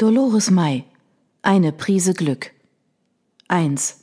Dolores May. Eine Prise Glück. 1.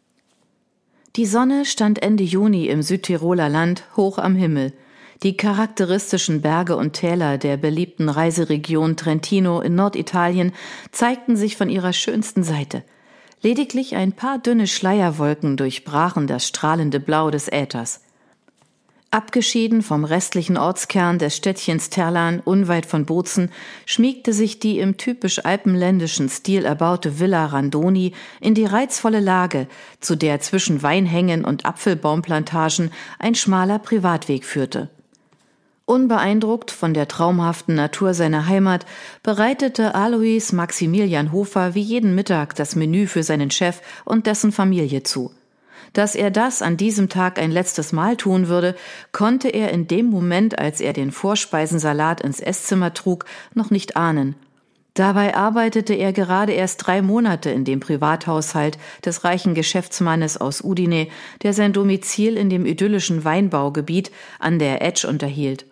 Die Sonne stand Ende Juni im Südtiroler Land hoch am Himmel. Die charakteristischen Berge und Täler der beliebten Reiseregion Trentino in Norditalien zeigten sich von ihrer schönsten Seite. Lediglich ein paar dünne Schleierwolken durchbrachen das strahlende Blau des Äthers. Abgeschieden vom restlichen Ortskern des Städtchens Terlan, unweit von Bozen, schmiegte sich die im typisch alpenländischen Stil erbaute Villa Randoni in die reizvolle Lage, zu der zwischen Weinhängen und Apfelbaumplantagen ein schmaler Privatweg führte. Unbeeindruckt von der traumhaften Natur seiner Heimat bereitete Alois Maximilian Hofer wie jeden Mittag das Menü für seinen Chef und dessen Familie zu. Dass er das an diesem Tag ein letztes Mal tun würde, konnte er in dem Moment, als er den Vorspeisensalat ins Esszimmer trug, noch nicht ahnen. Dabei arbeitete er gerade erst 3 Monate in dem Privathaushalt des reichen Geschäftsmannes aus Udine, der sein Domizil in dem idyllischen Weinbaugebiet an der Etsch unterhielt.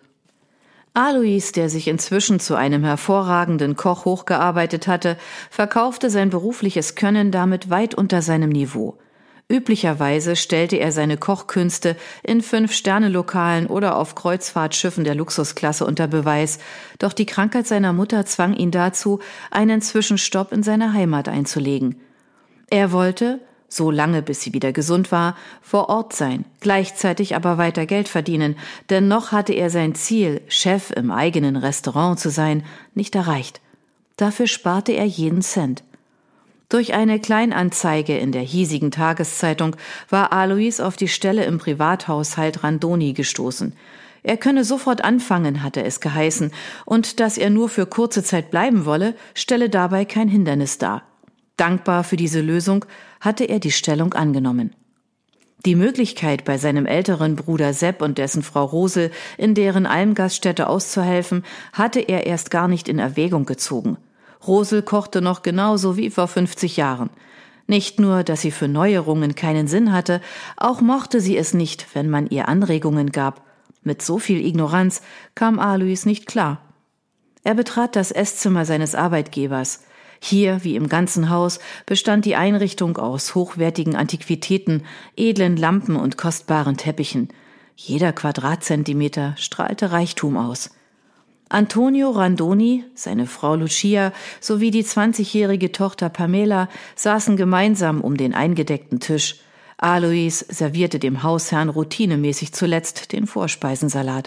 Alois, der sich inzwischen zu einem hervorragenden Koch hochgearbeitet hatte, verkaufte sein berufliches Können damit weit unter seinem Niveau. Üblicherweise stellte er seine Kochkünste in 5-Sterne-Lokalen oder auf Kreuzfahrtschiffen der Luxusklasse unter Beweis, doch die Krankheit seiner Mutter zwang ihn dazu, einen Zwischenstopp in seiner Heimat einzulegen. Er wollte, so lange bis sie wieder gesund war, vor Ort sein, gleichzeitig aber weiter Geld verdienen, denn noch hatte er sein Ziel, Chef im eigenen Restaurant zu sein, nicht erreicht. Dafür sparte er jeden Cent. Durch eine Kleinanzeige in der hiesigen Tageszeitung war Alois auf die Stelle im Privathaushalt Randoni gestoßen. Er könne sofort anfangen, hatte es geheißen, und dass er nur für kurze Zeit bleiben wolle, stelle dabei kein Hindernis dar. Dankbar für diese Lösung hatte er die Stellung angenommen. Die Möglichkeit, bei seinem älteren Bruder Sepp und dessen Frau Rosel in deren Almgaststätte auszuhelfen, hatte er erst gar nicht in Erwägung gezogen. Rosel kochte noch genauso wie vor 50 Jahren. Nicht nur, dass sie für Neuerungen keinen Sinn hatte, auch mochte sie es nicht, wenn man ihr Anregungen gab. Mit so viel Ignoranz kam Alois nicht klar. Er betrat das Esszimmer seines Arbeitgebers. Hier, wie im ganzen Haus, bestand die Einrichtung aus hochwertigen Antiquitäten, edlen Lampen und kostbaren Teppichen. Jeder Quadratzentimeter strahlte Reichtum aus. Antonio Randoni, seine Frau Lucia sowie die 20-jährige Tochter Pamela saßen gemeinsam um den eingedeckten Tisch. Alois servierte dem Hausherrn routinemäßig zuletzt den Vorspeisensalat.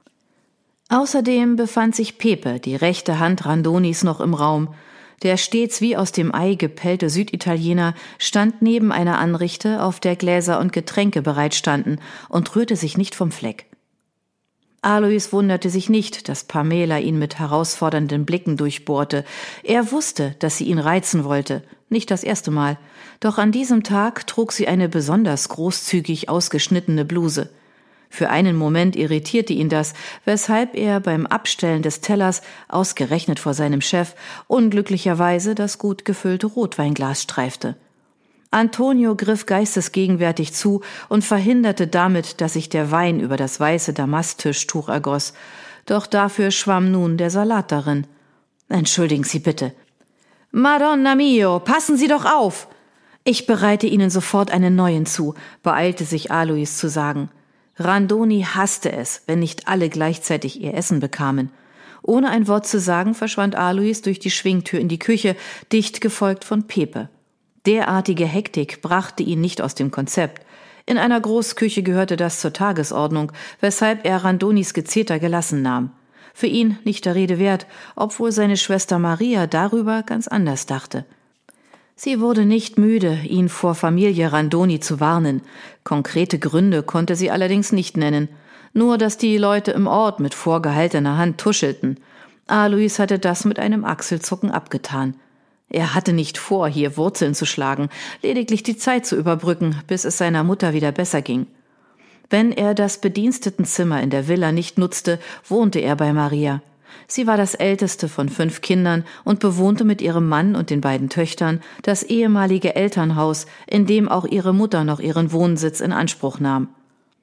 Außerdem befand sich Pepe, die rechte Hand Randonis, noch im Raum. Der stets wie aus dem Ei gepellte Süditaliener stand neben einer Anrichte, auf der Gläser und Getränke bereitstanden, und rührte sich nicht vom Fleck. Alois wunderte sich nicht, dass Pamela ihn mit herausfordernden Blicken durchbohrte. Er wusste, dass sie ihn reizen wollte, nicht das erste Mal. Doch an diesem Tag trug sie eine besonders großzügig ausgeschnittene Bluse. Für einen Moment irritierte ihn das, weshalb er beim Abstellen des Tellers, ausgerechnet vor seinem Chef, unglücklicherweise das gut gefüllte Rotweinglas streifte. Antonio griff geistesgegenwärtig zu und verhinderte damit, dass sich der Wein über das weiße Damasttischtuch ergoss. Doch dafür schwamm nun der Salat darin. »Entschuldigen Sie bitte.« »Madonna mio, passen Sie doch auf!« »Ich bereite Ihnen sofort einen neuen zu«, beeilte sich Alois zu sagen. Randoni hasste es, wenn nicht alle gleichzeitig ihr Essen bekamen. Ohne ein Wort zu sagen, verschwand Alois durch die Schwingtür in die Küche, dicht gefolgt von Pepe. Derartige Hektik brachte ihn nicht aus dem Konzept. In einer Großküche gehörte das zur Tagesordnung, weshalb er Randonis Gezeter gelassen nahm. Für ihn nicht der Rede wert, obwohl seine Schwester Maria darüber ganz anders dachte. Sie wurde nicht müde, ihn vor Familie Randoni zu warnen. Konkrete Gründe konnte sie allerdings nicht nennen. Nur, dass die Leute im Ort mit vorgehaltener Hand tuschelten. Alois hatte das mit einem Achselzucken abgetan. Er hatte nicht vor, hier Wurzeln zu schlagen, lediglich die Zeit zu überbrücken, bis es seiner Mutter wieder besser ging. Wenn er das Bedienstetenzimmer in der Villa nicht nutzte, wohnte er bei Maria. Sie war das älteste von 5 Kindern und bewohnte mit ihrem Mann und den beiden Töchtern das ehemalige Elternhaus, in dem auch ihre Mutter noch ihren Wohnsitz in Anspruch nahm.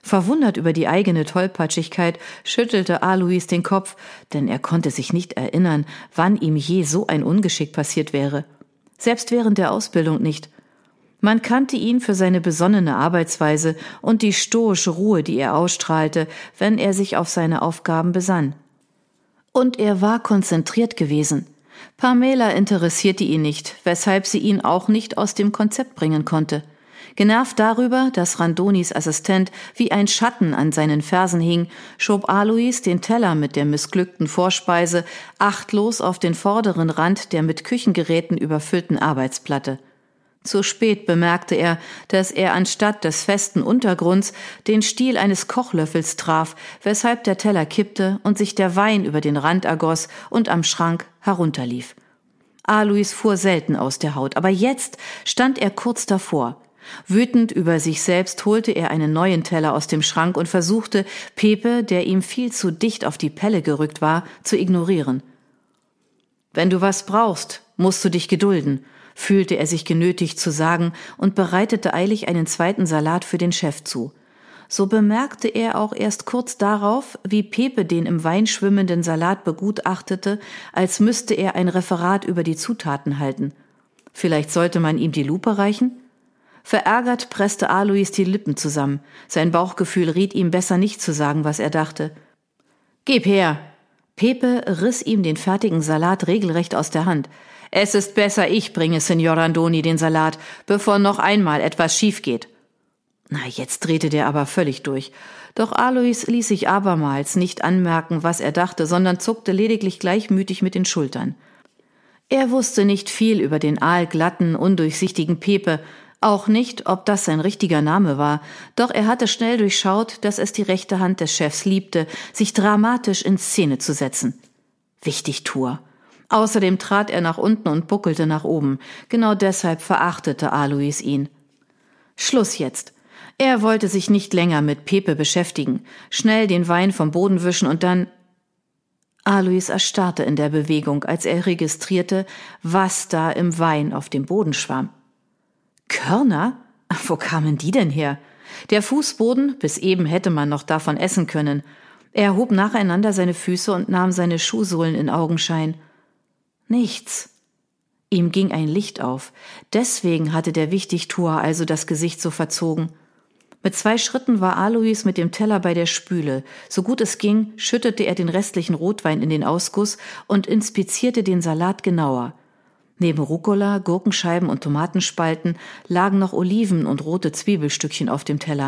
Verwundert über die eigene Tollpatschigkeit schüttelte Alois den Kopf, denn er konnte sich nicht erinnern, wann ihm je so ein Ungeschick passiert wäre. Selbst während der Ausbildung nicht. Man kannte ihn für seine besonnene Arbeitsweise und die stoische Ruhe, die er ausstrahlte, wenn er sich auf seine Aufgaben besann. Und er war konzentriert gewesen. Pamela interessierte ihn nicht, weshalb sie ihn auch nicht aus dem Konzept bringen konnte. Genervt darüber, dass Randonis Assistent wie ein Schatten an seinen Fersen hing, schob Alois den Teller mit der missglückten Vorspeise achtlos auf den vorderen Rand der mit Küchengeräten überfüllten Arbeitsplatte. Zu spät bemerkte er, dass er anstatt des festen Untergrunds den Stiel eines Kochlöffels traf, weshalb der Teller kippte und sich der Wein über den Rand ergoss und am Schrank herunterlief. Alois fuhr selten aus der Haut, aber jetzt stand er kurz davor. Wütend über sich selbst holte er einen neuen Teller aus dem Schrank und versuchte, Pepe, der ihm viel zu dicht auf die Pelle gerückt war, zu ignorieren. »Wenn du was brauchst, musst du dich gedulden«, fühlte er sich genötigt zu sagen und bereitete eilig einen zweiten Salat für den Chef zu. So bemerkte er auch erst kurz darauf, wie Pepe den im Wein schwimmenden Salat begutachtete, als müsste er ein Referat über die Zutaten halten. Vielleicht sollte man ihm die Lupe reichen? Verärgert presste Alois die Lippen zusammen. Sein Bauchgefühl riet ihm besser nicht zu sagen, was er dachte. »Gib her!« Pepe riss ihm den fertigen Salat regelrecht aus der Hand. »Es ist besser, ich bringe Signor Randoni den Salat, bevor noch einmal etwas schief geht.« Na, jetzt drehte der aber völlig durch. Doch Alois ließ sich abermals nicht anmerken, was er dachte, sondern zuckte lediglich gleichmütig mit den Schultern. Er wusste nicht viel über den aalglatten, undurchsichtigen Pepe, auch nicht, ob das sein richtiger Name war, doch er hatte schnell durchschaut, dass es die rechte Hand des Chefs liebte, sich dramatisch in Szene zu setzen. Wichtigtuer. Außerdem trat er nach unten und buckelte nach oben. Genau deshalb verachtete Alois ihn. Schluss jetzt. Er wollte sich nicht länger mit Pepe beschäftigen, schnell den Wein vom Boden wischen und dann... Alois erstarrte in der Bewegung, als er registrierte, was da im Wein auf dem Boden schwamm. Körner? Wo kamen die denn her? Der Fußboden, bis eben hätte man noch davon essen können. Er hob nacheinander seine Füße und nahm seine Schuhsohlen in Augenschein. Nichts. Ihm ging ein Licht auf. Deswegen hatte der Wichtigtuer also das Gesicht so verzogen. Mit 2 Schritten war Alois mit dem Teller bei der Spüle. So gut es ging, schüttete er den restlichen Rotwein in den Ausguss und inspizierte den Salat genauer. Neben Rucola, Gurkenscheiben und Tomatenspalten lagen noch Oliven und rote Zwiebelstückchen auf dem Teller.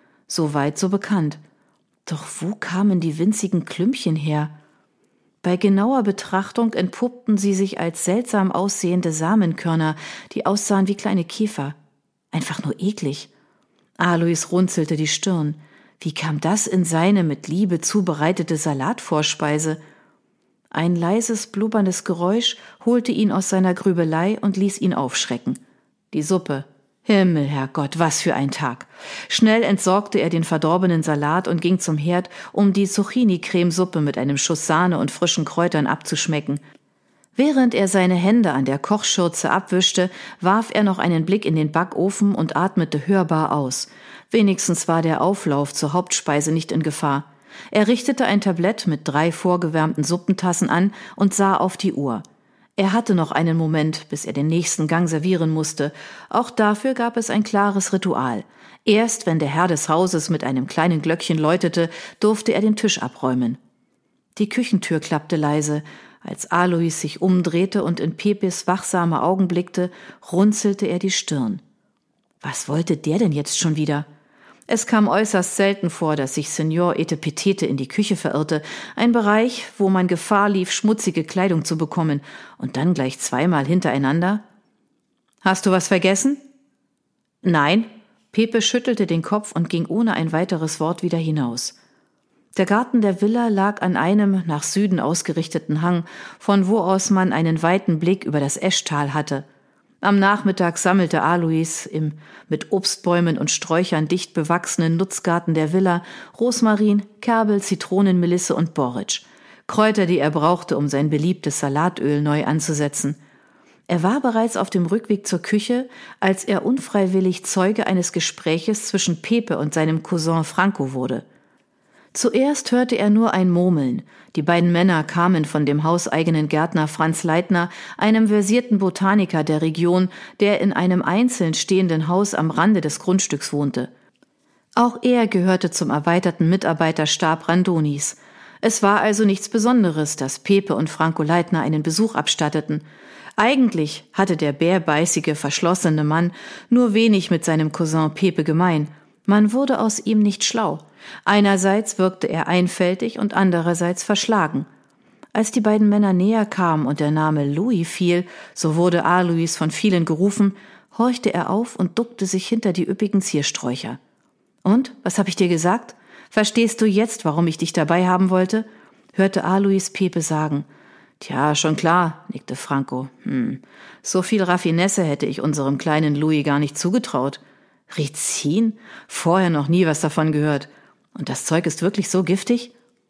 So weit, so bekannt. Doch wo kamen die winzigen Klümpchen her? Bei genauer Betrachtung entpuppten sie sich als seltsam aussehende Samenkörner, die aussahen wie kleine Käfer. Einfach nur eklig. Alois runzelte die Stirn. Wie kam das in seine mit Liebe zubereitete Salatvorspeise? Ein leises, blubberndes Geräusch holte ihn aus seiner Grübelei und ließ ihn aufschrecken. Die Suppe. Himmel, Herrgott, was für ein Tag. Schnell entsorgte er den verdorbenen Salat und ging zum Herd, um die Zucchini-Cremesuppe mit einem Schuss Sahne und frischen Kräutern abzuschmecken. Während er seine Hände an der Kochschürze abwischte, warf er noch einen Blick in den Backofen und atmete hörbar aus. Wenigstens war der Auflauf zur Hauptspeise nicht in Gefahr. Er richtete ein Tablett mit 3 vorgewärmten Suppentassen an und sah auf die Uhr. Er hatte noch einen Moment, bis er den nächsten Gang servieren musste. Auch dafür gab es ein klares Ritual. Erst wenn der Herr des Hauses mit einem kleinen Glöckchen läutete, durfte er den Tisch abräumen. Die Küchentür klappte leise. Als Alois sich umdrehte und in Pepes wachsame Augen blickte, runzelte er die Stirn. Was wollte der denn jetzt schon wieder? Es kam äußerst selten vor, dass sich Signor Etepetete in die Küche verirrte, ein Bereich, wo man Gefahr lief, schmutzige Kleidung zu bekommen, und dann gleich 2-mal hintereinander. »Hast du was vergessen?« »Nein«, Pepe schüttelte den Kopf und ging ohne ein weiteres Wort wieder hinaus. Der Garten der Villa lag an einem nach Süden ausgerichteten Hang, von wo aus man einen weiten Blick über das Eschtal hatte. Am Nachmittag sammelte Alois im mit Obstbäumen und Sträuchern dicht bewachsenen Nutzgarten der Villa Rosmarin, Kerbel, Zitronenmelisse und Borretsch. Kräuter, die er brauchte, um sein beliebtes Salatöl neu anzusetzen. Er war bereits auf dem Rückweg zur Küche, als er unfreiwillig Zeuge eines Gespräches zwischen Pepe und seinem Cousin Franco wurde. Zuerst hörte er nur ein Murmeln. Die beiden Männer kamen von dem hauseigenen Gärtner Franz Leitner, einem versierten Botaniker der Region, der in einem einzeln stehenden Haus am Rande des Grundstücks wohnte. Auch er gehörte zum erweiterten Mitarbeiterstab Randonis. Es war also nichts Besonderes, dass Pepe und Franco Leitner einen Besuch abstatteten. Eigentlich hatte der bärbeißige, verschlossene Mann nur wenig mit seinem Cousin Pepe gemein. Man wurde aus ihm nicht schlau. Einerseits wirkte er einfältig und andererseits verschlagen. Als die beiden Männer näher kamen und der Name Louis fiel, so wurde Alois von vielen gerufen, horchte er auf und duckte sich hinter die üppigen Ziersträucher. »Und, was habe ich dir gesagt? Verstehst du jetzt, warum ich dich dabei haben wollte?« hörte Alois Pepe sagen. »Tja, schon klar«, nickte Franco. So viel Raffinesse hätte ich unserem kleinen Louis gar nicht zugetraut. Rizin? Vorher noch nie was davon gehört. Und das Zeug ist wirklich so giftig?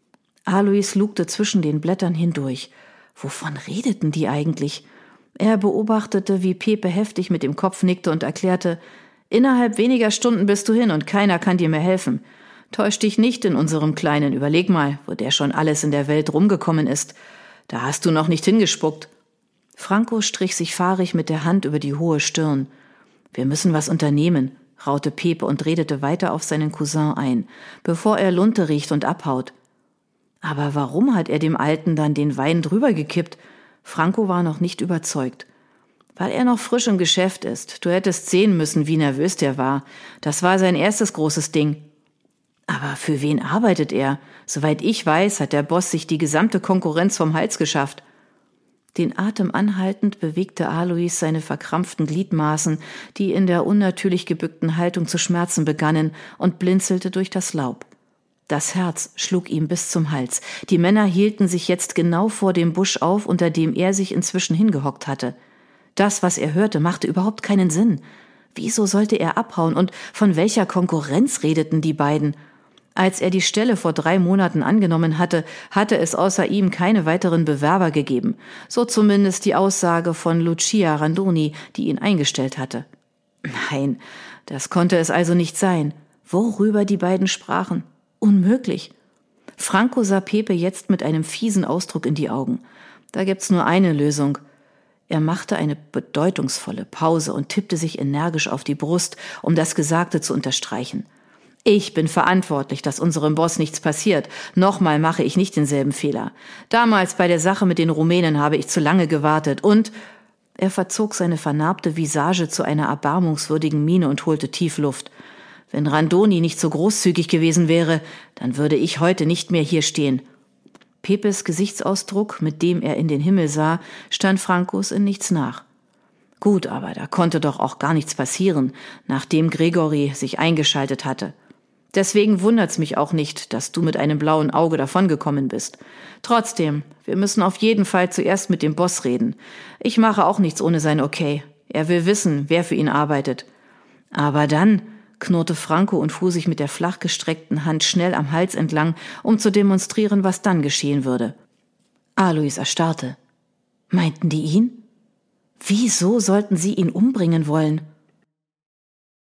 Alois lugte zwischen den Blättern hindurch. Wovon redeten die eigentlich? Er beobachtete, wie Pepe heftig mit dem Kopf nickte und erklärte, »Innerhalb weniger Stunden bist du hin und keiner kann dir mehr helfen. Täusch dich nicht in unserem Kleinen, überleg mal, wo der schon alles in der Welt rumgekommen ist. Da hast du noch nicht hingespuckt.« Franco strich sich fahrig mit der Hand über die hohe Stirn. »Wir müssen was unternehmen«, raute Pepe und redete weiter auf seinen Cousin ein, bevor er Lunte riecht und abhaut. Aber warum hat er dem Alten dann den Wein drüber gekippt? Franco war noch nicht überzeugt. Weil er noch frisch im Geschäft ist. Du hättest sehen müssen, wie nervös der war. Das war sein erstes großes Ding. Aber für wen arbeitet er? Soweit ich weiß, hat der Boss sich die gesamte Konkurrenz vom Hals geschafft. Den Atem anhaltend bewegte Alois seine verkrampften Gliedmaßen, die in der unnatürlich gebückten Haltung zu schmerzen begannen, und blinzelte durch das Laub. Das Herz schlug ihm bis zum Hals. Die Männer hielten sich jetzt genau vor dem Busch auf, unter dem er sich inzwischen hingehockt hatte. Das, was er hörte, machte überhaupt keinen Sinn. Wieso sollte er abhauen und von welcher Konkurrenz redeten die beiden? Als er die Stelle vor 3 Monaten angenommen hatte, hatte es außer ihm keine weiteren Bewerber gegeben. So zumindest die Aussage von Lucia Randoni, die ihn eingestellt hatte. Nein, das konnte es also nicht sein. Worüber die beiden sprachen? Unmöglich. Franco sah Pepe jetzt mit einem fiesen Ausdruck in die Augen. Da gibt's nur eine Lösung. Er machte eine bedeutungsvolle Pause und tippte sich energisch auf die Brust, um das Gesagte zu unterstreichen. Ich bin verantwortlich, dass unserem Boss nichts passiert. Nochmal mache ich nicht denselben Fehler. Damals bei der Sache mit den Rumänen habe ich zu lange gewartet und... Er verzog seine vernarbte Visage zu einer erbarmungswürdigen Miene und holte tief Luft. Wenn Randoni nicht so großzügig gewesen wäre, dann würde ich heute nicht mehr hier stehen. Pepes Gesichtsausdruck, mit dem er in den Himmel sah, stand Francos in nichts nach. Gut, aber da konnte doch auch gar nichts passieren, nachdem Gregory sich eingeschaltet hatte. Deswegen wundert's mich auch nicht, dass du mit einem blauen Auge davongekommen bist. Trotzdem, wir müssen auf jeden Fall zuerst mit dem Boss reden. Ich mache auch nichts ohne sein Okay. Er will wissen, wer für ihn arbeitet. Aber dann, knurrte Franco und fuhr sich mit der flach gestreckten Hand schnell am Hals entlang, um zu demonstrieren, was dann geschehen würde. Alois erstarrte. Meinten die ihn? Wieso sollten sie ihn umbringen wollen?